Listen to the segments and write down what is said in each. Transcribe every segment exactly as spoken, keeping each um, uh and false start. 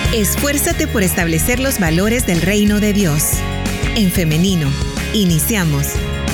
Esfuérzate por establecer los valores del reino de Dios. En femenino, iniciamos.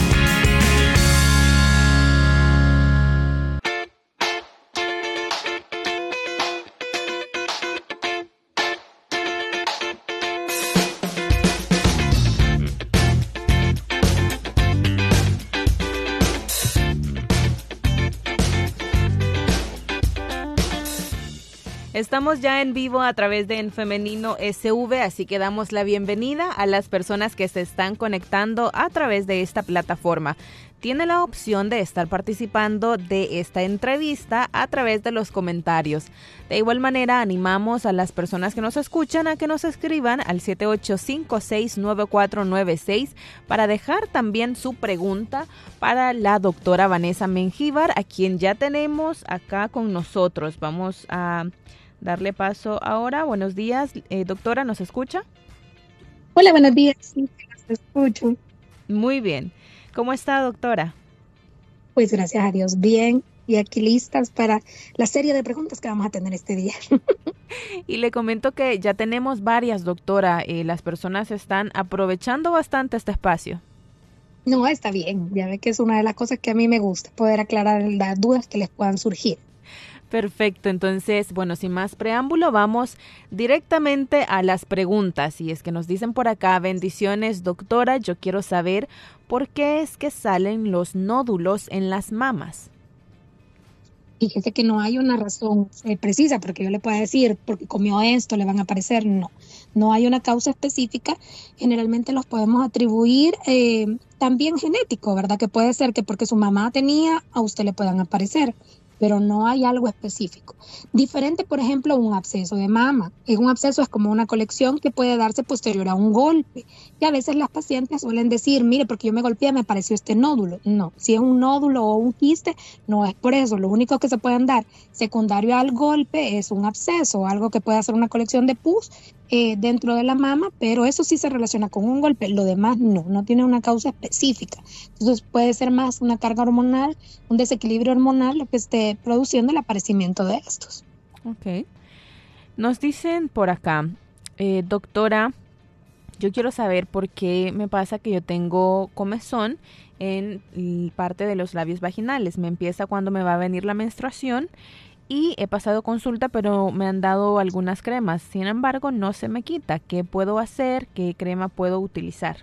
Estamos ya en vivo a través de En Femenino S V, así que damos la bienvenida a las personas que se están conectando a través de esta plataforma. Tiene la opción de estar participando de esta entrevista a través de los comentarios. De igual manera, animamos a las personas que nos escuchan a que nos escriban al siete ocho cinco seis nueve cuatro nueve seis para dejar también su pregunta para la doctora Vanessa Mengíbar, a quien ya tenemos acá con nosotros. Vamos a darle paso ahora. Buenos días, eh, doctora, ¿nos escucha? Hola, buenos días, sí, los escucho. Muy bien. ¿Cómo está, doctora? Pues gracias a Dios, bien, y aquí listas para la serie de preguntas que vamos a tener este día. Y le comento que ya tenemos varias, doctora, eh, las personas están aprovechando bastante este espacio. No, está bien, ya ve que es una de las cosas que a mí me gusta, poder aclarar las dudas que les puedan surgir. Perfecto, entonces, bueno, sin más preámbulo, vamos directamente a las preguntas. Y es que nos dicen por acá, bendiciones, doctora, yo quiero saber por qué es que salen los nódulos en las mamas. Fíjese que no hay una razón eh, precisa, porque yo le puedo decir, porque comió esto, le van a aparecer, no. No hay una causa específica, generalmente los podemos atribuir eh, también genético, ¿verdad? Que puede ser que porque su mamá tenía, a usted le puedan aparecer, pero no hay algo específico. Diferente, por ejemplo, un absceso de mama. Un absceso es como una colección que puede darse posterior a un golpe. Y a veces las pacientes suelen decir, mire, porque yo me golpeé, me apareció este nódulo. No, si es un nódulo o un quiste, no es por eso. Lo único que se pueden dar secundario al golpe es un absceso, algo que puede hacer una colección de pus eh, dentro de la mama, pero eso sí se relaciona con un golpe. Lo demás no, no tiene una causa específica. Entonces puede ser más una carga hormonal, un desequilibrio hormonal, lo que esté produciendo el aparecimiento de estos. Ok. Nos dicen por acá, eh, doctora, yo quiero saber por qué me pasa que yo tengo comezón en parte de los labios vaginales. Me empieza cuando me va a venir la menstruación y he pasado consulta, pero me han dado algunas cremas. Sin embargo, no se me quita. ¿Qué puedo hacer? ¿Qué crema puedo utilizar?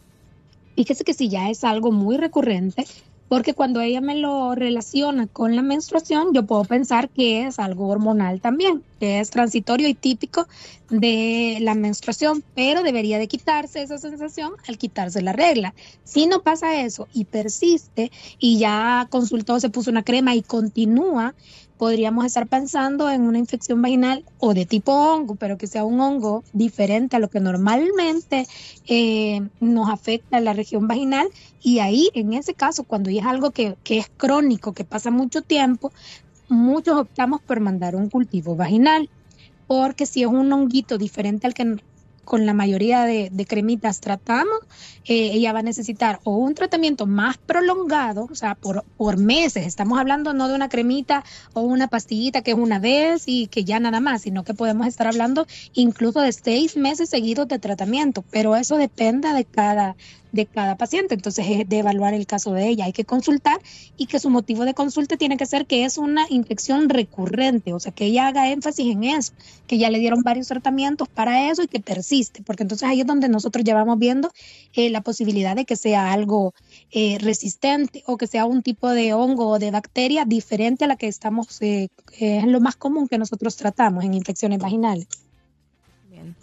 Fíjese que si ya es algo muy recurrente, porque cuando ella me lo relaciona con la menstruación, yo puedo pensar que es algo hormonal también, que es transitorio y típico de la menstruación, pero debería de quitarse esa sensación al quitarse la regla. Si no pasa eso y persiste y ya consultó, se puso una crema y continúa, podríamos estar pensando en una infección vaginal o de tipo hongo, pero que sea un hongo diferente a lo que normalmente eh, nos afecta en la región vaginal. Y ahí, en ese caso, cuando ya es algo que, que es crónico, que pasa mucho tiempo, muchos optamos por mandar un cultivo vaginal, porque si es un honguito diferente al que con la mayoría de, de cremitas tratamos, eh, ella va a necesitar o un tratamiento más prolongado, o sea, por, por meses. Estamos hablando no de una cremita o una pastillita que es una vez y que ya nada más, sino que podemos estar hablando incluso de seis meses seguidos de tratamiento, pero eso depende de cada de cada paciente, entonces es de evaluar el caso de ella, hay que consultar y que su motivo de consulta tiene que ser que es una infección recurrente, o sea, que ella haga énfasis en eso, que ya le dieron varios tratamientos para eso y que persiste, porque entonces ahí es donde nosotros ya vamos viendo eh, la posibilidad de que sea algo eh, resistente o que sea un tipo de hongo o de bacteria diferente a la que estamos, eh, eh, es lo más común que nosotros tratamos en infecciones vaginales. Bien.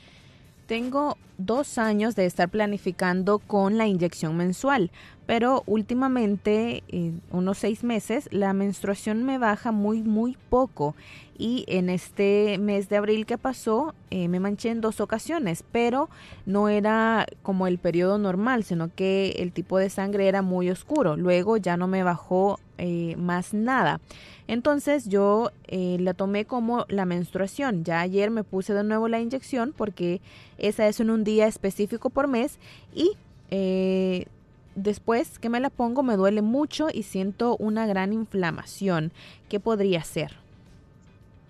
Tengo dos años de estar planificando con la inyección mensual, pero últimamente, eh, unos seis meses, la menstruación me baja muy, muy poco. Y en este mes de abril que pasó, eh, me manché en dos ocasiones, pero no era como el periodo normal, sino que el tipo de sangre era muy oscuro. Luego ya no me bajó eh, más nada. Entonces yo eh, la tomé como la menstruación. Ya ayer me puse de nuevo la inyección porque esa es en un día específico por mes y eh, después que me la pongo me duele mucho y siento una gran inflamación. ¿Qué podría ser?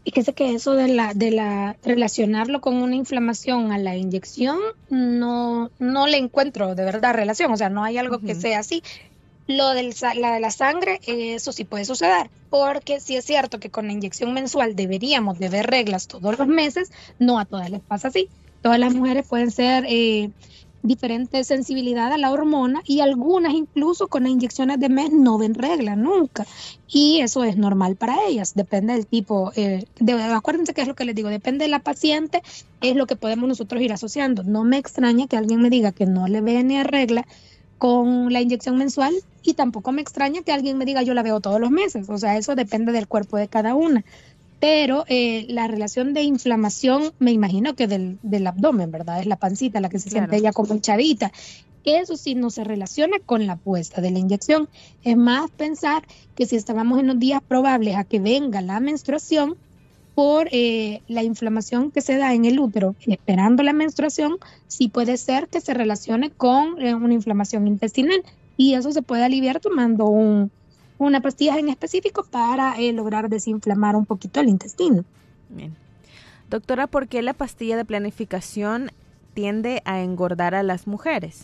Fíjese que eso de la, de la relacionarlo con una inflamación a la inyección, no, no le encuentro de verdad relación, o sea, no hay algo uh-huh. que sea así. Lo del, la de la sangre, eso sí puede suceder, porque sí es cierto que con la inyección mensual deberíamos de ver reglas todos los meses, no a todas les pasa así. Todas las mujeres pueden ser eh, diferente sensibilidad a la hormona y algunas incluso con las inyecciones de mes no ven regla nunca, y eso es normal para ellas, depende del tipo, eh, de, acuérdense que es lo que les digo, depende de la paciente, es lo que podemos nosotros ir asociando. No me extraña que alguien me diga que no le ve ni a regla con la inyección mensual y tampoco me extraña que alguien me diga yo la veo todos los meses, o sea, eso depende del cuerpo de cada una. Pero eh, la relación de inflamación, me imagino que del, del abdomen, ¿verdad? Es la pancita la que se claro. siente ella como hinchadita. Eso sí no se relaciona con la puesta de la inyección. Es más pensar que si estábamos en los días probables a que venga la menstruación por eh, la inflamación que se da en el útero, esperando la menstruación, sí puede ser que se relacione con eh, una inflamación intestinal. Y eso se puede aliviar tomando un... una pastilla en específico para eh, lograr desinflamar un poquito el intestino. Bien. Doctora, ¿por qué la pastilla de planificación tiende a engordar a las mujeres?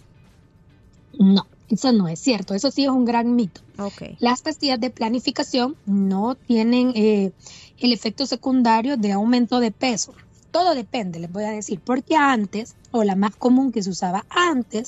No, eso no es cierto. Eso sí es un gran mito. Okay. Las pastillas de planificación no tienen eh, el efecto secundario de aumento de peso. Todo depende, les voy a decir, porque antes, o la más común que se usaba antes,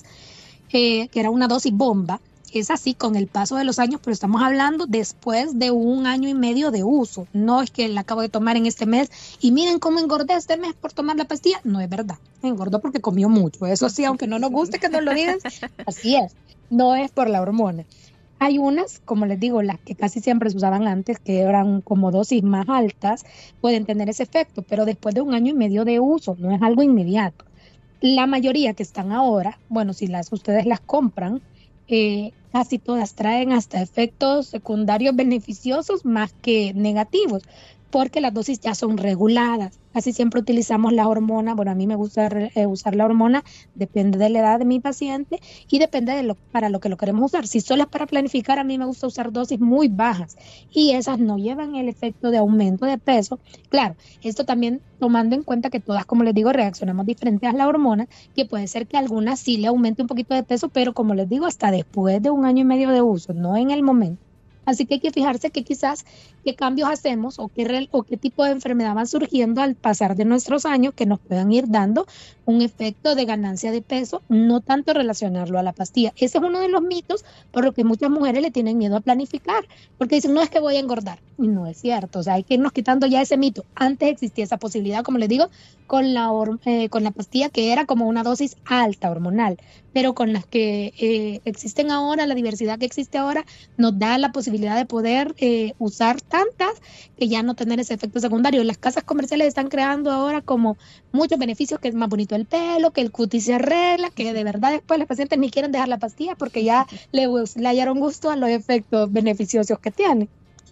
eh, que era una dosis bomba, es así con el paso de los años, pero estamos hablando después de un año y medio de uso. No es que la acabo de tomar en este mes y miren cómo engordé este mes por tomar la pastilla. No es verdad, engordó porque comió mucho. Eso sí, aunque no nos guste que nos lo digan, así es. No es por la hormona. Hay unas, como les digo, las que casi siempre se usaban antes, que eran como dosis más altas, pueden tener ese efecto, pero después de un año y medio de uso, no es algo inmediato. La mayoría que están ahora, bueno, si las ustedes las compran, Eh, casi todas traen hasta efectos secundarios beneficiosos más que negativos, porque las dosis ya son reguladas. Casi siempre utilizamos la hormona, bueno, a mí me gusta eh, usar la hormona, depende de la edad de mi paciente y depende de lo para lo que lo queremos usar. Si solo es para planificar, a mí me gusta usar dosis muy bajas y esas no llevan el efecto de aumento de peso. Claro, esto también tomando en cuenta que todas, como les digo, reaccionamos diferentes a la hormona, que puede ser que algunas sí le aumente un poquito de peso, pero como les digo, hasta después de un año y medio de uso, no en el momento. Así que hay que fijarse que quizás qué cambios hacemos o qué, o qué tipo de enfermedad van surgiendo al pasar de nuestros años que nos puedan ir dando un efecto de ganancia de peso, no tanto relacionarlo a la pastilla. Ese es uno de los mitos por lo que muchas mujeres le tienen miedo a planificar, porque dicen, no es que voy a engordar. Y no es cierto, o sea, hay que irnos quitando ya ese mito. Antes existía esa posibilidad, como les digo, con la, eh, con la pastilla que era como una dosis alta hormonal, pero con las que eh, existen ahora, la diversidad que existe ahora, nos da la posibilidad de poder eh, usar tantas que ya no tener ese efecto secundario. Las casas comerciales están creando ahora como muchos beneficios, que es más bonito el pelo, que el cutis se arregla, que de verdad después los pacientes ni quieren dejar la pastilla porque ya le, le hallaron gusto a los efectos beneficiosos que tiene.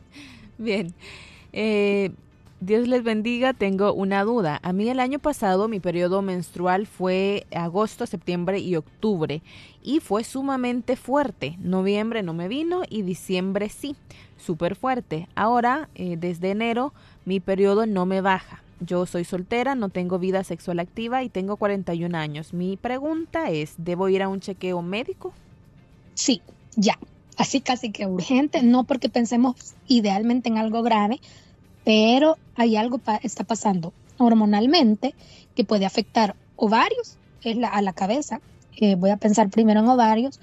Bien, eh, Dios les bendiga. Tengo una duda. A mí el año pasado mi periodo menstrual fue agosto, septiembre y octubre y fue sumamente fuerte. Noviembre no me vino y diciembre sí, súper fuerte. Ahora, eh, desde enero, mi periodo no me baja. Yo soy soltera, no tengo vida sexual activa y tengo cuarenta y un años. Mi pregunta es, ¿debo ir a un chequeo médico? Sí, ya. Así casi que urgente, no porque pensemos idealmente en algo grave, pero hay algo que pa- está pasando hormonalmente que puede afectar ovarios, que es la, a la cabeza, eh, voy a pensar primero en ovarios,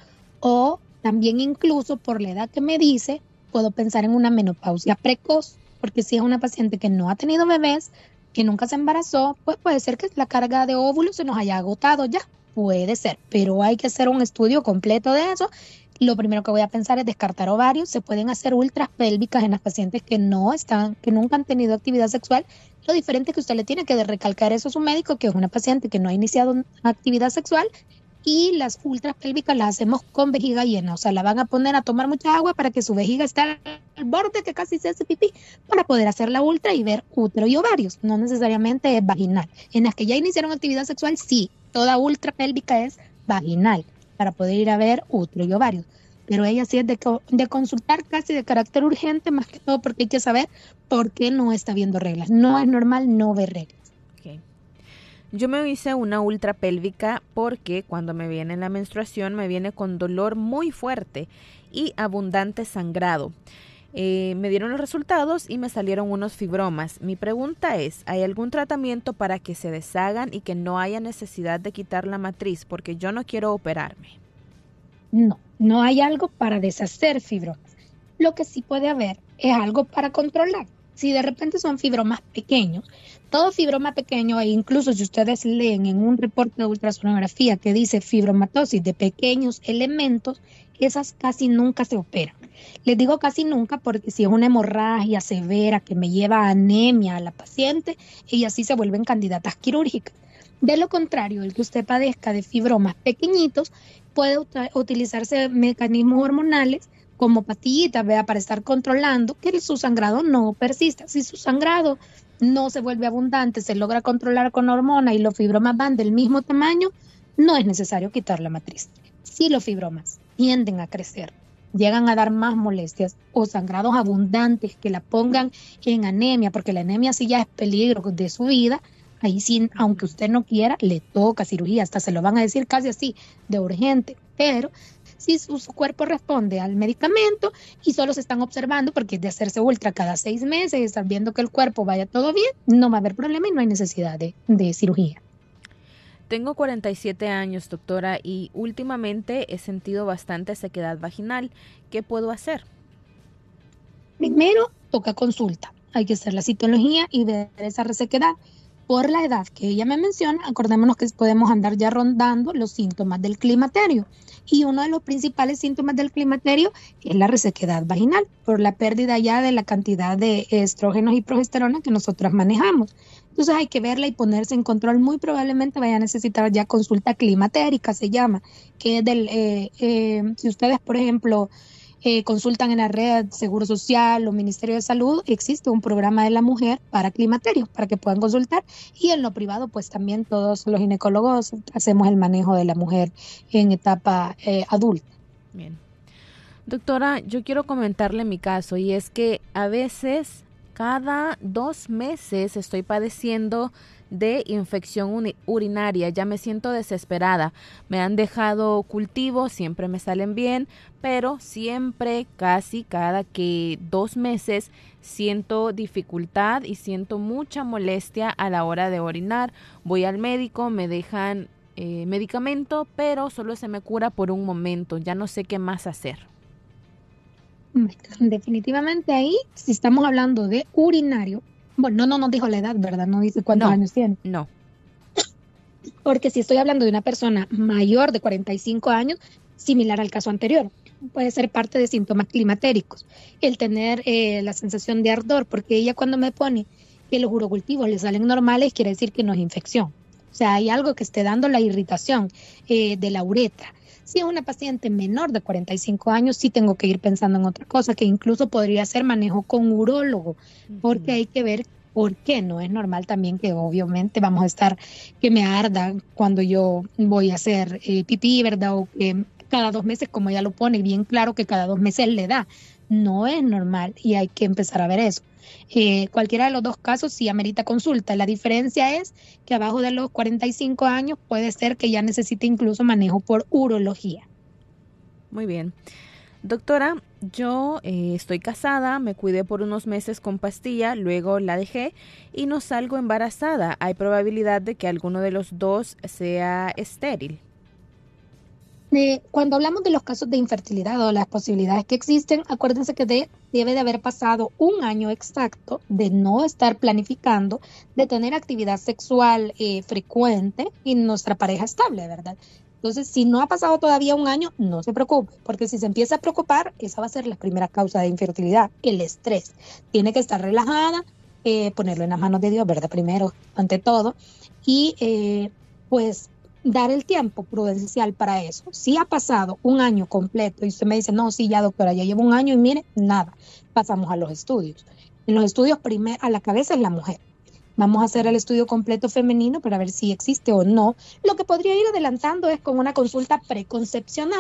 o también incluso por la edad que me dice, puedo pensar en una menopausia precoz, porque si es una paciente que no ha tenido bebés, que nunca se embarazó, pues puede ser que la carga de óvulos se nos haya agotado ya, puede ser, pero hay que hacer un estudio completo de eso. Lo primero que voy a pensar es descartar ovarios. Se pueden hacer ultras pélvicas en las pacientes que no están, que nunca han tenido actividad sexual. Lo diferente es que usted le tiene que recalcar eso a su médico, que es una paciente que no ha iniciado actividad sexual, y las ultras pélvicas las hacemos con vejiga llena. O sea, la van a poner a tomar mucha agua para que su vejiga esté al borde, que casi se hace pipí, para poder hacer la ultra y ver útero y ovarios. No necesariamente es vaginal. En las que ya iniciaron actividad sexual, sí, toda ultra pélvica es vaginal, para poder ir a ver útero y ovarios. pero ella sí es de, de consultar casi de carácter urgente, más que todo porque hay que saber por qué no está viendo reglas. No es normal no ver reglas. Okay. Yo me hice una ultrapélvica porque cuando me viene la menstruación me viene con dolor muy fuerte y abundante sangrado. Eh, me dieron los resultados y me salieron unos fibromas. Mi pregunta es, ¿hay algún tratamiento para que se deshagan y que no haya necesidad de quitar la matriz? Porque yo no quiero operarme. No, no hay algo para deshacer fibromas. Lo que sí puede haber es algo para controlar. Si de repente son fibromas pequeños, todo fibroma pequeño, e incluso si ustedes leen en un reporte de ultrasonografía que dice fibromatosis de pequeños elementos, esas casi nunca se operan. Les digo casi nunca porque si es una hemorragia severa que me lleva a anemia a la paciente, ellas sí se vuelven candidatas quirúrgicas. De lo contrario, el que usted padezca de fibromas pequeñitos, puede ut- utilizarse mecanismos hormonales como pastillitas, ¿vea? Para estar controlando que su sangrado no persista. Si su sangrado no se vuelve abundante, se logra controlar con hormona y los fibromas van del mismo tamaño, no es necesario quitar la matriz. Si los fibromas tienden a crecer, llegan a dar más molestias o sangrados abundantes que la pongan en anemia, porque la anemia sí ya es peligro de su vida, ahí sí, aunque usted no quiera, le toca cirugía, hasta se lo van a decir casi así, de urgente, pero si su, su cuerpo responde al medicamento y solo se están observando, porque es de hacerse ultra cada seis meses y estar viendo que el cuerpo vaya todo bien, no va a haber problema y no hay necesidad de, de cirugía. Tengo cuarenta y siete años, doctora, y últimamente he sentido bastante sequedad vaginal. ¿Qué puedo hacer? Primero, toca consulta. Hay que hacer la citología y ver esa resequedad. Por la edad que ella me menciona, acordémonos que podemos andar ya rondando los síntomas del climaterio. Y uno de los principales síntomas del climaterio es la resequedad vaginal, por la pérdida ya de la cantidad de estrógenos y progesterona que nosotras manejamos. Entonces hay que verla y ponerse en control. Muy probablemente vaya a necesitar ya consulta climatérica, se llama, que es del, eh, eh, si ustedes, por ejemplo, eh, consultan en la red Seguro Social o Ministerio de Salud, existe un programa de la mujer para climaterio, para que puedan consultar. Y en lo privado, pues también todos los ginecólogos hacemos el manejo de la mujer en etapa eh, adulta. Bien. Doctora, yo quiero comentarle mi caso, y es que a veces cada dos meses estoy padeciendo de infección urinaria. Ya me siento desesperada. Me han dejado cultivos, siempre me salen bien, pero siempre, casi cada que dos meses, siento dificultad y siento mucha molestia a la hora de orinar. Voy al médico, me dejan eh, medicamento, pero solo se me cura por un momento. Ya no sé qué más hacer. Definitivamente ahí, si estamos hablando de urinario, bueno, no, no nos dijo la edad, ¿verdad? No dice cuántos no, años tiene. No. Porque si estoy hablando de una persona mayor de cuarenta y cinco años, similar al caso anterior, puede ser parte de síntomas climatéricos. El tener eh, la sensación de ardor, porque ella cuando me pone que los urocultivos le salen normales, quiere decir que no es infección. O sea, hay algo que esté dando la irritación eh, de la uretra. Si es una paciente menor de cuarenta y cinco años, sí tengo que ir pensando en otra cosa, que incluso podría ser manejo con urólogo, porque hay que ver por qué. No es normal también que obviamente vamos a estar, que me arda cuando yo voy a hacer eh, pipí, ¿verdad? O que cada dos meses, como ella lo pone, bien claro que cada dos meses le da. No es normal y hay que empezar a ver eso. Eh, cualquiera de los dos casos sí amerita consulta. La diferencia es que abajo de los cuarenta y cinco años puede ser que ya necesite incluso manejo por urología. Muy bien. Doctora, yo eh, estoy casada, me cuidé por unos meses con pastilla, luego la dejé y no salgo embarazada. ¿Hay probabilidad de que alguno de los dos sea estéril? Eh, cuando hablamos de los casos de infertilidad o las posibilidades que existen, acuérdense que de, debe de haber pasado un año exacto de no estar planificando, de tener actividad sexual eh, frecuente y nuestra pareja estable, ¿verdad? Entonces, si no ha pasado todavía un año, no se preocupe, porque si se empieza a preocupar, esa va a ser la primera causa de infertilidad, el estrés. Tiene que estar relajada, eh, ponerlo en las manos de Dios, ¿verdad? Primero, ante todo, y eh, pues dar el tiempo prudencial para eso. Si ha pasado un año completo y usted me dice, no, sí, ya doctora, ya llevo un año y mire, nada, pasamos a los estudios. En los estudios, primero, a la cabeza es la mujer. Vamos a hacer el estudio completo femenino para ver si existe o no. Lo que podría ir adelantando es con una consulta preconcepcional,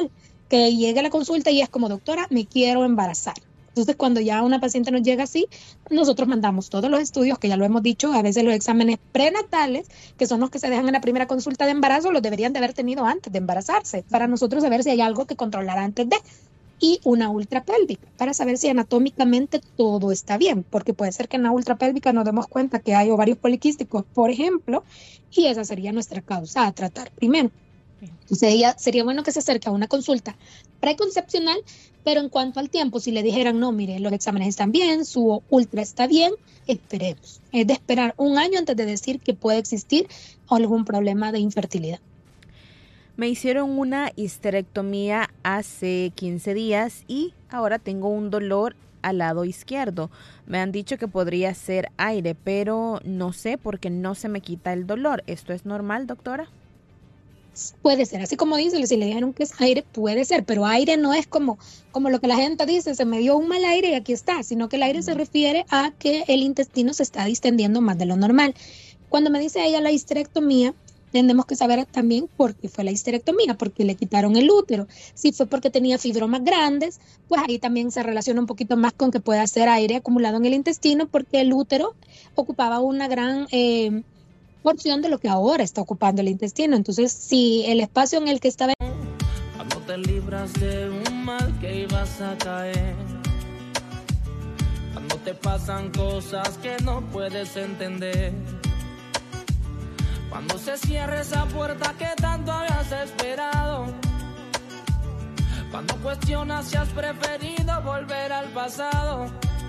que llegue a la consulta y es como, doctora, me quiero embarazar. Entonces, cuando ya una paciente nos llega así, nosotros mandamos todos los estudios, que ya lo hemos dicho, a veces los exámenes prenatales, que son los que se dejan en la primera consulta de embarazo, los deberían de haber tenido antes de embarazarse, para nosotros saber si hay algo que controlar antes de, y una ultrapélvica, para saber si anatómicamente todo está bien, porque puede ser que en la ultrapélvica nos demos cuenta que hay ovarios poliquísticos, por ejemplo, y esa sería nuestra causa a tratar primero. Entonces ella, sería bueno que se acerque a una consulta preconcepcional, pero en cuanto al tiempo, si le dijeran, no, mire, los exámenes están bien, su ultra está bien, esperemos. Es de esperar un año antes de decir que puede existir algún problema de infertilidad. Me hicieron una histerectomía hace quince días y ahora tengo un dolor al lado izquierdo. Me han dicho que podría ser aire, pero no sé porque no se me quita el dolor. ¿Esto es normal, doctora? Puede ser, así como dice, si le dijeron que es aire, puede ser, pero aire no es como, como lo que la gente dice, se me dio un mal aire y aquí está, sino que el aire se refiere a que el intestino se está distendiendo más de lo normal. Cuando me dice ella la histerectomía, tenemos que saber también por qué fue la histerectomía, porque le quitaron el útero. Si fue porque tenía fibromas grandes, pues ahí también se relaciona un poquito más con que pueda ser aire acumulado en el intestino, porque el útero ocupaba una gran eh, porción de lo que ahora está ocupando el intestino. Entonces, si el espacio en el que estaba... Cuando te libras de un mal que ibas a caer, cuando te pasan cosas que no puedes entender, cuando se cierra esa puerta que tanto habías esperado, cuando cuestionas si has preferido volver al pasado.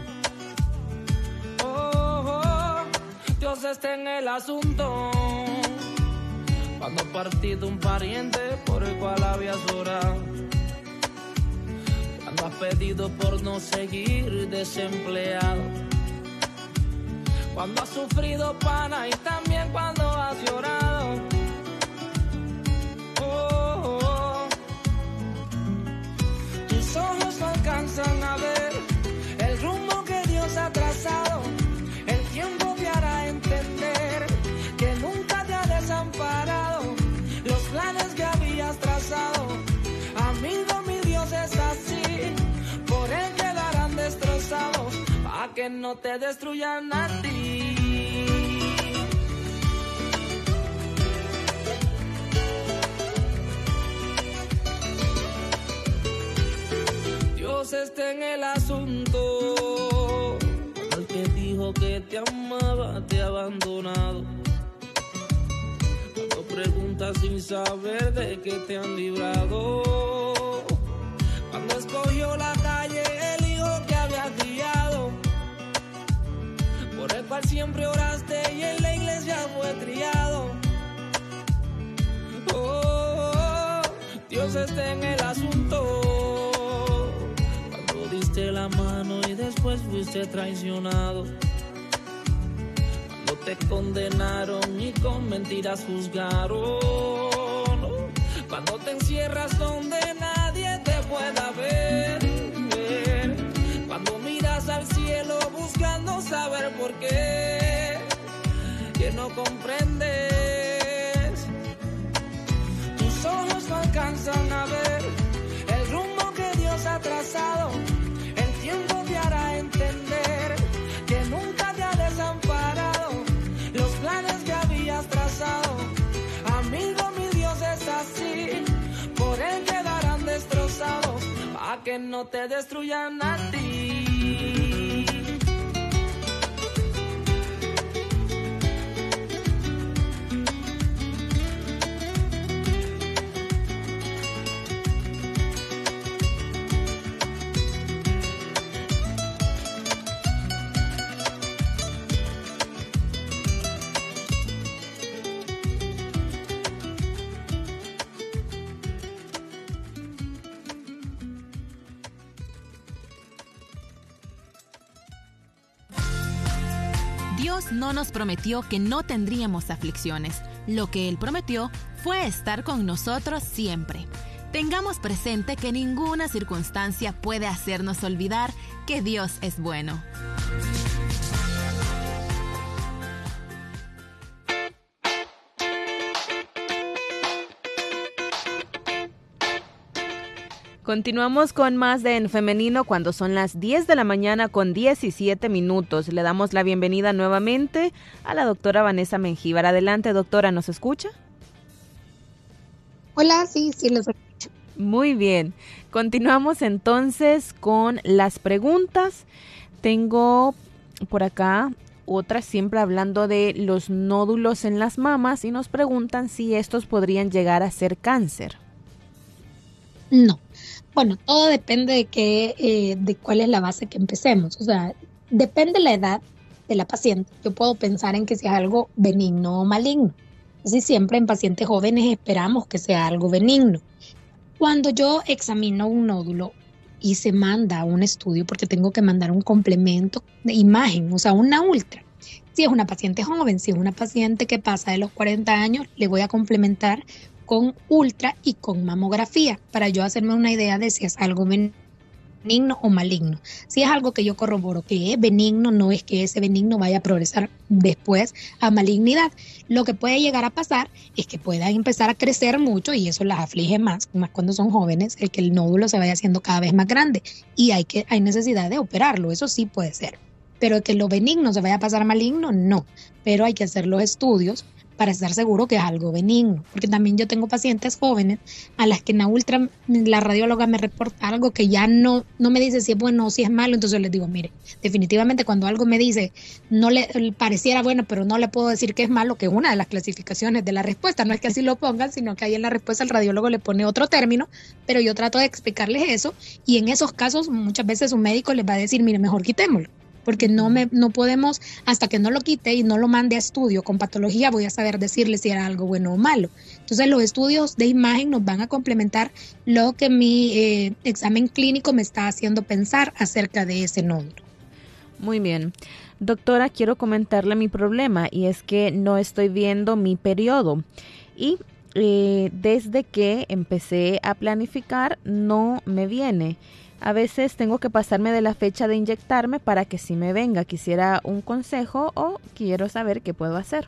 Oh, oh, Dios está en el asunto. Cuando ha partido un pariente por el cual habías orado, cuando has pedido por no seguir desempleado, cuando has sufrido pana y también cuando has llorado. Oh, oh, oh. Tus ojos no alcanzan a ver el rumbo que Dios ha trazado. El tiempo te hará entender que nunca te ha desamparado. Los planes que habías trazado, amigo, mi Dios es así. Por él quedarán destrozados, para que no te destruyan a ti. Dios está en el asunto. El que dijo que te amaba te ha abandonado. Cuando preguntas sin saber de qué te han librado. Cuando escogió la calle el hijo que había criado, por el cual siempre oraste y en la iglesia fue criado. Oh, oh, oh, Dios está en el asunto. Cuando diste la mano y después fuiste traicionado, cuando te condenaron y con mentiras juzgaron, cuando te encierras donde nadie te pueda ver, ver. Cuando miras al cielo buscando saber por qué, que no comprendes. Tus ojos no alcanzan a ver el rumbo que Dios ha trazado. El tiempo te hará entender que nunca te ha desamparado. Los planes que habías trazado, amigo, mi Dios es así. Por él quedarán destrozados, para que no te destruyan a ti. Dios no nos prometió que no tendríamos aflicciones. Lo que Él prometió fue estar con nosotros siempre. Tengamos presente que ninguna circunstancia puede hacernos olvidar que Dios es bueno. Continuamos con más de En Femenino cuando son las diez de la mañana con diecisiete minutos. Le damos la bienvenida nuevamente a la doctora Vanessa Mengíbar. Adelante, doctora, ¿nos escucha? Hola, sí, sí, los escucho. Muy bien. Continuamos entonces con las preguntas. Tengo por acá otras siempre hablando de los nódulos en las mamas y nos preguntan si estos podrían llegar a ser cáncer. No. Bueno, todo depende de qué, eh, de cuál es la base que empecemos. O sea, depende de la edad de la paciente. Yo puedo pensar en que sea algo benigno o maligno. Así siempre en pacientes jóvenes esperamos que sea algo benigno. Cuando yo examino un nódulo y se manda un estudio, porque tengo que mandar un complemento de imagen, o sea, una ultra. Si es una paciente joven, si es una paciente que pasa de los cuarenta años, le voy a complementar con ultra y con mamografía para yo hacerme una idea de si es algo benigno o maligno. Si es algo que yo corroboro que es benigno, no es que ese benigno vaya a progresar después a malignidad. Lo que puede llegar a pasar es que pueda empezar a crecer mucho y eso las aflige más, más cuando son jóvenes, el que el nódulo se vaya haciendo cada vez más grande y hay, que, hay necesidad de operarlo, eso sí puede ser. Pero que lo benigno se vaya a pasar a maligno, no. Pero hay que hacer los estudios para estar seguro que es algo benigno. Porque también yo tengo pacientes jóvenes a las que en la ultra la radióloga me reporta algo que ya no, no me dice si es bueno o si es malo. Entonces les digo, mire, definitivamente cuando algo me dice no le pareciera bueno, pero no le puedo decir que es malo, que es una de las clasificaciones de la respuesta. No es que así lo pongan, sino que ahí en la respuesta el radiólogo le pone otro término, pero yo trato de explicarles eso y en esos casos muchas veces un médico les va a decir, mire, mejor quitémoslo. Porque no me no podemos, hasta que no lo quite y no lo mande a estudio con patología, voy a saber decirle si era algo bueno o malo. Entonces los estudios de imagen nos van a complementar lo que mi eh, examen clínico me está haciendo pensar acerca de ese nódulo. Muy bien. Doctora, quiero comentarle mi problema y es que no estoy viendo mi periodo y eh, desde que empecé a planificar no me viene. A veces tengo que pasarme de la fecha de inyectarme para que sí me venga. Quisiera un consejo o quiero saber qué puedo hacer.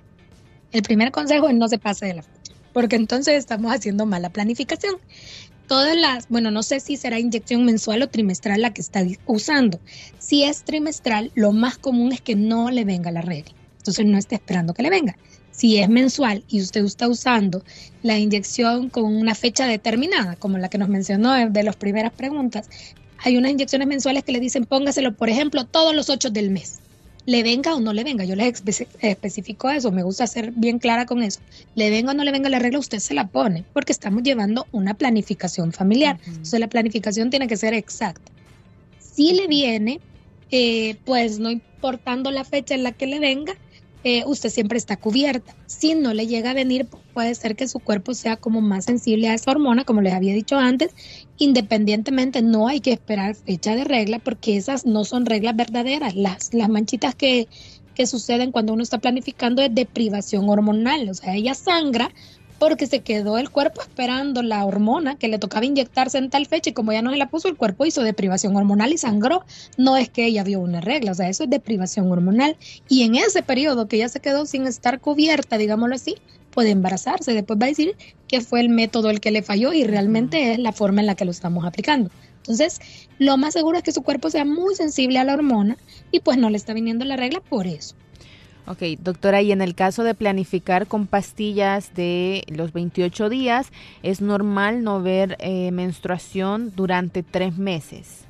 El primer consejo es no se pase de la fecha, porque entonces estamos haciendo mala planificación. Todas las, bueno, no sé si será inyección mensual o trimestral la que está usando. Si es trimestral, lo más común es que no le venga la regla. Entonces no esté esperando que le venga. Si es mensual y usted está usando la inyección con una fecha determinada, como la que nos mencionó de las primeras preguntas, hay unas inyecciones mensuales que le dicen póngaselo, por ejemplo, todos los ocho del mes. Le venga o no le venga, yo les espe- especifico eso, me gusta ser bien clara con eso. Le venga o no le venga la regla, usted se la pone, porque estamos llevando una planificación familiar. Uh-huh. Entonces la planificación tiene que ser exacta. Si le viene, eh, pues no importando la fecha en la que le venga, Eh, usted siempre está cubierta. Si no le llega a venir, puede ser que su cuerpo sea como más sensible a esa hormona, como les había dicho antes. Independientemente, no hay que esperar fecha de regla porque esas no son reglas verdaderas. Las, las manchitas que, que suceden cuando uno está planificando es deprivación hormonal. O sea, ella sangra porque se quedó el cuerpo esperando la hormona que le tocaba inyectarse en tal fecha y como ya no se la puso, el cuerpo hizo deprivación hormonal y sangró. No es que ella vio una regla, o sea, eso es deprivación hormonal. Y en ese periodo que ella se quedó sin estar cubierta, digámoslo así, puede embarazarse. Después va a decir que fue el método el que le falló y realmente es la forma en la que lo estamos aplicando. Entonces, lo más seguro es que su cuerpo sea muy sensible a la hormona y pues no le está viniendo la regla por eso. Ok, doctora, y en el caso de planificar con pastillas de los veintiocho días, ¿es normal no ver eh, menstruación durante tres meses?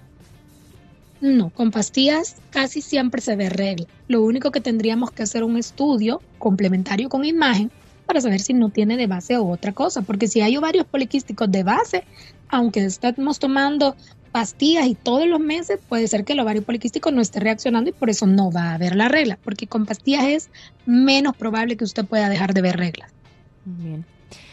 No, con pastillas casi siempre se ve regla. Lo único que tendríamos que hacer un estudio complementario con imagen para saber si no tiene de base otra cosa, porque si hay ovarios poliquísticos de base, aunque estemos tomando pastillas y todos los meses, puede ser que el ovario poliquístico no esté reaccionando y por eso no va a haber la regla, porque con pastillas es menos probable que usted pueda dejar de ver reglas. Bien.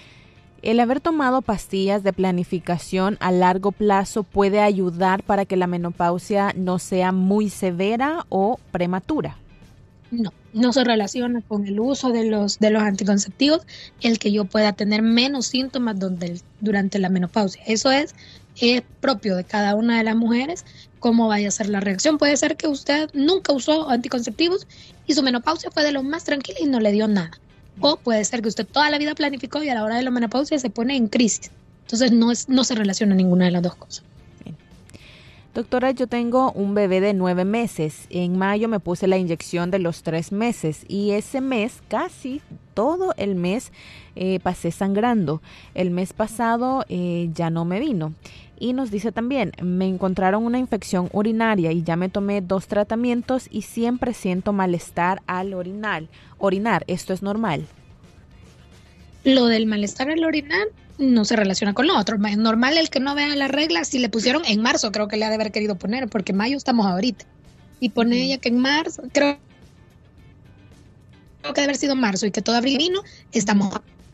¿El haber tomado pastillas de planificación a largo plazo puede ayudar para que la menopausia no sea muy severa o prematura? No, no se relaciona con el uso de los, de los anticonceptivos el que yo pueda tener menos síntomas donde, durante la menopausia. Eso es es propio de cada una de las mujeres, cómo vaya a ser la reacción. Puede ser que usted nunca usó anticonceptivos y su menopausia fue de lo más tranquila y no le dio nada. O puede ser que usted toda la vida planificó y a la hora de la menopausia se pone en crisis. Entonces no, es, no se relaciona ninguna de las dos cosas. Bien. Doctora, yo tengo un bebé de nueve meses. En mayo me puse la inyección de los tres meses y ese mes, casi todo el mes, eh, pasé sangrando. El mes pasado eh, ya no me vino. Y nos dice también, me encontraron una infección urinaria y ya me tomé dos tratamientos y siempre siento malestar al orinar. Orinar, ¿esto es normal? Lo del malestar al orinar no se relaciona con lo otro. Es normal el que no vea la regla. Si le pusieron en marzo, creo que le ha de haber querido poner, porque en mayo estamos ahorita. Y pone mm. ella que en marzo, creo, creo que debe haber sido marzo y que todo abril vino, estamos.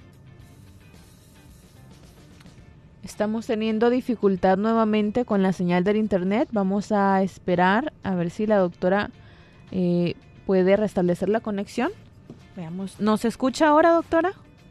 Estamos teniendo dificultad nuevamente con la señal del internet. Vamos a esperar a ver si la doctora eh, puede restablecer la conexión. Veamos. ¿Nos escucha ahora, doctora?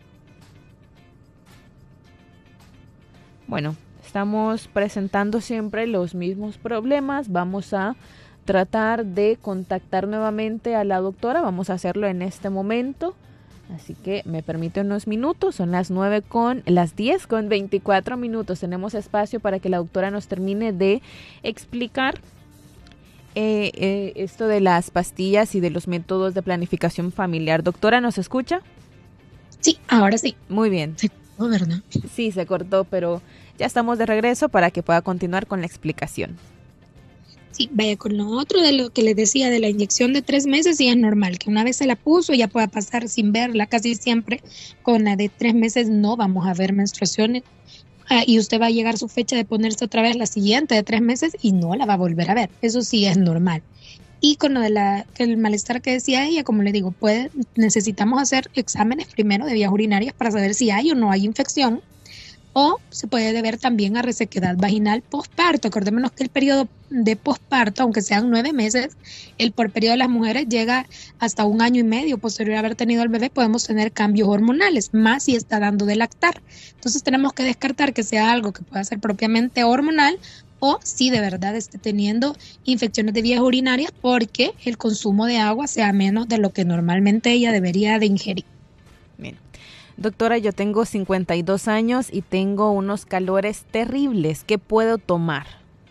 Bueno, estamos presentando siempre los mismos problemas. Vamos a tratar de contactar nuevamente a la doctora. Vamos a hacerlo en este momento. Así que me permite unos minutos. Son las nueve con, las diez con veinticuatro minutos. Tenemos espacio para que la doctora nos termine de explicar eh, eh, esto de las pastillas y de los métodos de planificación familiar. Doctora, ¿nos escucha? Sí, ahora sí. Muy bien. Se cortó, ¿verdad? Sí, se cortó, pero ya estamos de regreso para que pueda continuar con la explicación. Sí, vaya con lo otro de lo que les decía de la inyección de tres meses, sí es normal que una vez se la puso ya pueda pasar sin verla. Casi siempre con la de tres meses no vamos a ver menstruaciones ah, y usted va a llegar a su fecha de ponerse otra vez la siguiente de tres meses y no la va a volver a ver. Eso sí es normal. Y con lo de la, el malestar que decía ella, como le digo, puede, necesitamos hacer exámenes primero de vías urinarias para saber si hay o no hay infección. O se puede deber también a resequedad vaginal postparto. Acordémonos que el periodo de postparto, aunque sean nueve meses, el por periodo de las mujeres llega hasta un año y medio posterior a haber tenido el bebé. Podemos tener cambios hormonales, más si está dando de lactar. Entonces tenemos que descartar que sea algo que pueda ser propiamente hormonal o si de verdad esté teniendo infecciones de vías urinarias porque el consumo de agua sea menos de lo que normalmente ella debería de ingerir. Bien. Doctora, yo tengo cincuenta y dos años y tengo unos calores terribles. ¿Qué puedo tomar?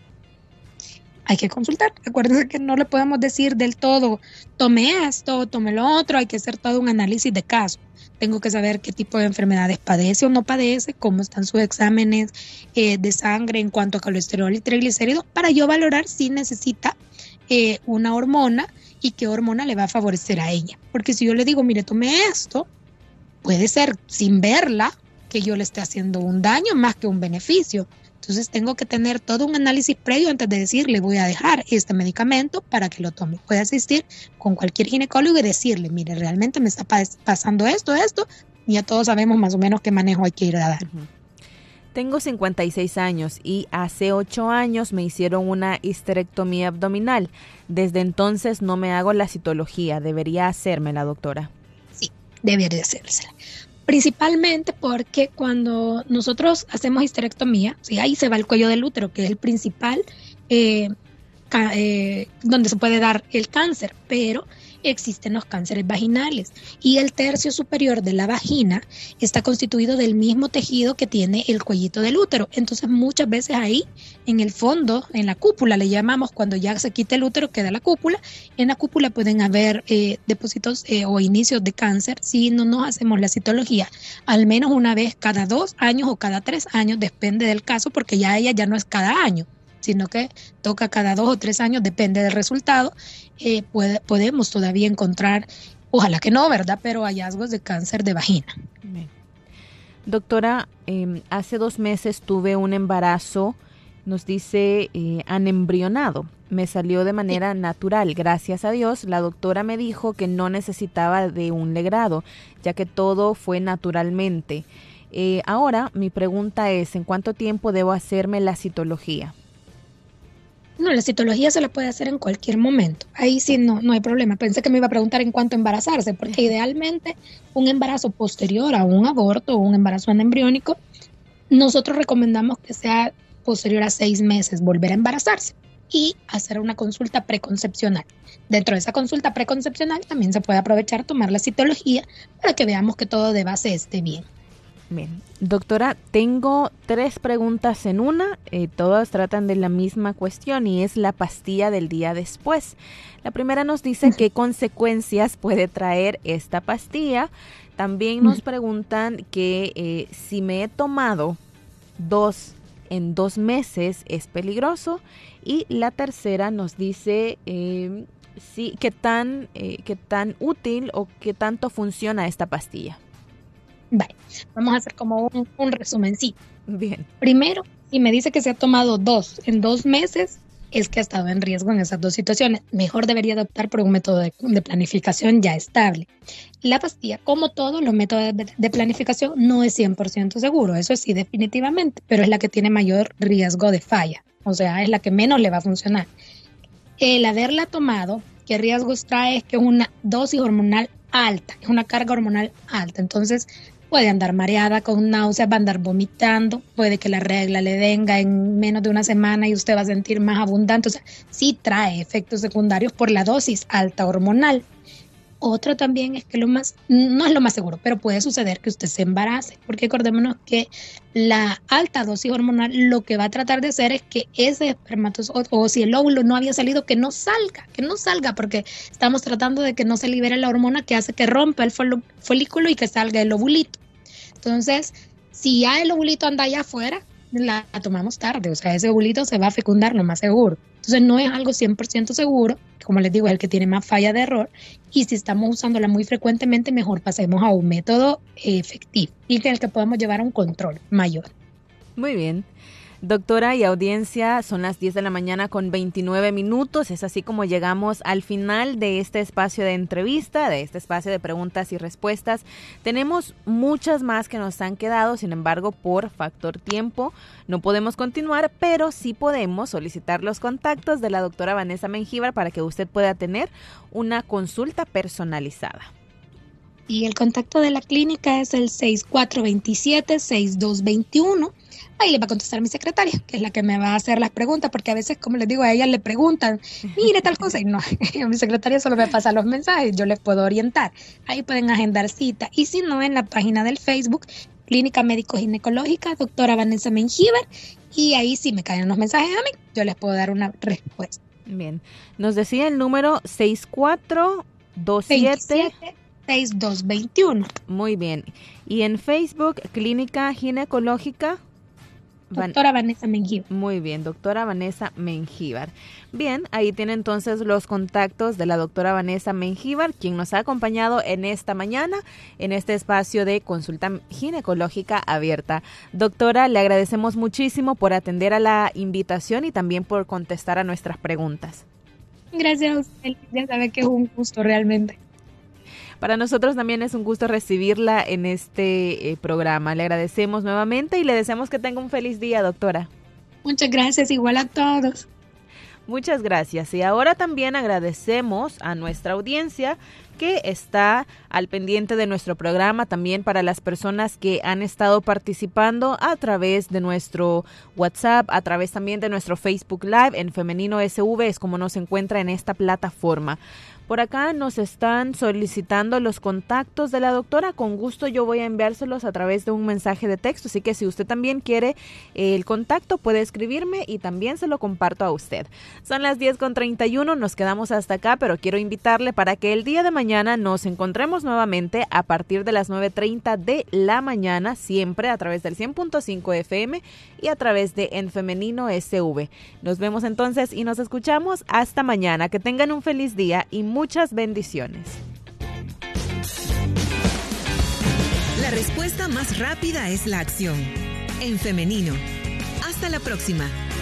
Hay que consultar. Acuérdense que no le podemos decir del todo, tome esto, tome lo otro. Hay que hacer todo un análisis de caso. Tengo que saber qué tipo de enfermedades padece o no padece, cómo están sus exámenes eh, de sangre en cuanto a colesterol y triglicéridos, para yo valorar si necesita eh, una hormona y qué hormona le va a favorecer a ella. Porque si yo le digo, mire, tome esto, puede ser sin verla que yo le esté haciendo un daño más que un beneficio. Entonces tengo que tener todo un análisis previo antes de decirle voy a dejar este medicamento para que lo tome. Puede asistir con cualquier ginecólogo y decirle, mire, realmente me está pas- pasando esto, esto, y ya todos sabemos más o menos qué manejo hay que ir a dar. Uh-huh. Tengo cincuenta y seis años y hace ocho años me hicieron una histerectomía abdominal. Desde entonces no me hago la citología. ¿Debería hacérmela, doctora? Sí, debería hacérsela. Principalmente porque cuando nosotros hacemos histerectomía, ¿sí? Ahí se va el cuello del útero, que es el principal eh, ca- eh, donde se puede dar el cáncer, pero existen los cánceres vaginales y el tercio superior de la vagina está constituido del mismo tejido que tiene el cuellito del útero. Entonces muchas veces ahí en el fondo, en la cúpula, le llamamos cuando ya se quita el útero, queda la cúpula. En la cúpula pueden haber eh, depósitos eh, o inicios de cáncer si no nos hacemos la citología al menos una vez cada dos años o cada tres años, depende del caso, porque ya ella ya no es cada año, sino que toca cada dos o tres años, depende del resultado. Eh, puede, podemos todavía encontrar, ojalá que no, ¿verdad?, pero hallazgos de cáncer de vagina. Bien. Doctora, eh, hace dos meses tuve un embarazo, nos dice eh, anembrionado. Me salió de manera sí. natural, gracias a Dios. La doctora me dijo que no necesitaba de un legrado, ya que todo fue naturalmente. Eh, ahora mi pregunta es, ¿en cuánto tiempo debo hacerme la citología? No, la citología se la puede hacer en cualquier momento. Ahí sí no, no hay problema. Pensé que me iba a preguntar en cuánto embarazarse, porque idealmente un embarazo posterior a un aborto o un embarazo anembriónico, nosotros recomendamos que sea posterior a seis meses volver a embarazarse y hacer una consulta preconcepcional. Dentro de esa consulta preconcepcional también se puede aprovechar tomar la citología para que veamos que todo de base esté bien. Bien, doctora, tengo tres preguntas en una, eh, todas tratan de la misma cuestión y es la pastilla del día después. La primera nos dice qué consecuencias puede traer esta pastilla. También nos preguntan que eh, si me he tomado dos en dos meses es peligroso. Y la tercera nos dice eh, si, qué tan, eh, qué tan útil o qué tanto funciona esta pastilla. Vale, vamos a hacer como un, un resumencito. Bien. Primero, si me dice que se ha tomado dos en dos meses, es que ha estado en riesgo en esas dos situaciones. Mejor debería optar por un método de, de planificación ya estable. La pastilla, como todos los métodos de, de planificación, no es cien por ciento seguro, eso sí, definitivamente, pero es la que tiene mayor riesgo de falla, o sea, es la que menos le va a funcionar. El haberla tomado, ¿qué riesgos trae? Es que es una dosis hormonal alta, es una carga hormonal alta, entonces puede andar mareada con náuseas, va a andar vomitando, puede que la regla le venga en menos de una semana y usted va a sentir más abundante. O sea, sí trae efectos secundarios por la dosis alta hormonal. Otro también es que lo más, no es lo más seguro, pero puede suceder que usted se embarace, porque acordémonos que la alta dosis hormonal lo que va a tratar de hacer es que ese espermatozoide, o si el óvulo no había salido, que no salga, que no salga, porque estamos tratando de que no se libere la hormona que hace que rompa el folículo y que salga el ovulito. Entonces, si ya el ovulito anda allá afuera, la tomamos tarde, o sea, ese ovulito se va a fecundar lo más seguro. Entonces, no es algo cien por ciento seguro, como les digo, es el que tiene más falla de error, y si estamos usándola muy frecuentemente, mejor pasemos a un método efectivo y que el que podamos llevar a un control mayor. Muy bien. Doctora y audiencia, son las diez de la mañana con veintinueve minutos. Es así como llegamos al final de este espacio de entrevista, de este espacio de preguntas y respuestas. Tenemos muchas más que nos han quedado, sin embargo, por factor tiempo no podemos continuar, pero sí podemos solicitar los contactos de la doctora Vanessa Mengíbar para que usted pueda tener una consulta personalizada. Y el contacto de la clínica es el seis cuatro dos siete, seis dos dos uno. Ahí le va a contestar mi secretaria, que es la que me va a hacer las preguntas, porque a veces, como les digo, a ella le preguntan, mire tal cosa, y no, mi secretaria solo me pasa los mensajes, yo les puedo orientar. Ahí pueden agendar cita, y si no, en la página del Facebook, Clínica Médico Ginecológica, doctora Vanessa Mengíbar, y ahí sí me caen los mensajes a mí, yo les puedo dar una respuesta. Bien, nos decía el número seis cuatro dos siete, seis dos dos uno. Muy bien, y en Facebook, Clínica Ginecológica, Doctora Van- Vanessa Mengíbar. Muy bien, doctora Vanessa Mengíbar. Bien, ahí tiene entonces los contactos de la doctora Vanessa Mengíbar, quien nos ha acompañado en esta mañana en este espacio de consulta ginecológica abierta. Doctora, le agradecemos muchísimo por atender a la invitación y también por contestar a nuestras preguntas. Gracias a usted, ya sabe que es un gusto realmente. Para nosotros también es un gusto recibirla en este eh, programa. Le agradecemos nuevamente y le deseamos que tenga un feliz día, doctora. Muchas gracias, igual a todos. Muchas gracias. Y ahora también agradecemos a nuestra audiencia que está al pendiente de nuestro programa, también para las personas que han estado participando a través de nuestro WhatsApp, a través también de nuestro Facebook Live en Femenino S V, es como nos encuentra en esta plataforma. Por acá nos están solicitando los contactos de la doctora. Con gusto yo voy a enviárselos a través de un mensaje de texto. Así que si usted también quiere eh, el contacto, puede escribirme y también se lo comparto a usted. Son las diez con treinta y uno, nos quedamos hasta acá, pero quiero invitarle para que el día de mañana nos encontremos nuevamente a partir de las nueve treinta de la mañana, siempre a través del cien punto cinco F M y a través de En Femenino S V. Nos vemos entonces y nos escuchamos hasta mañana. Que tengan un feliz día y muchas bendiciones. La respuesta más rápida es la acción. En femenino. Hasta la próxima.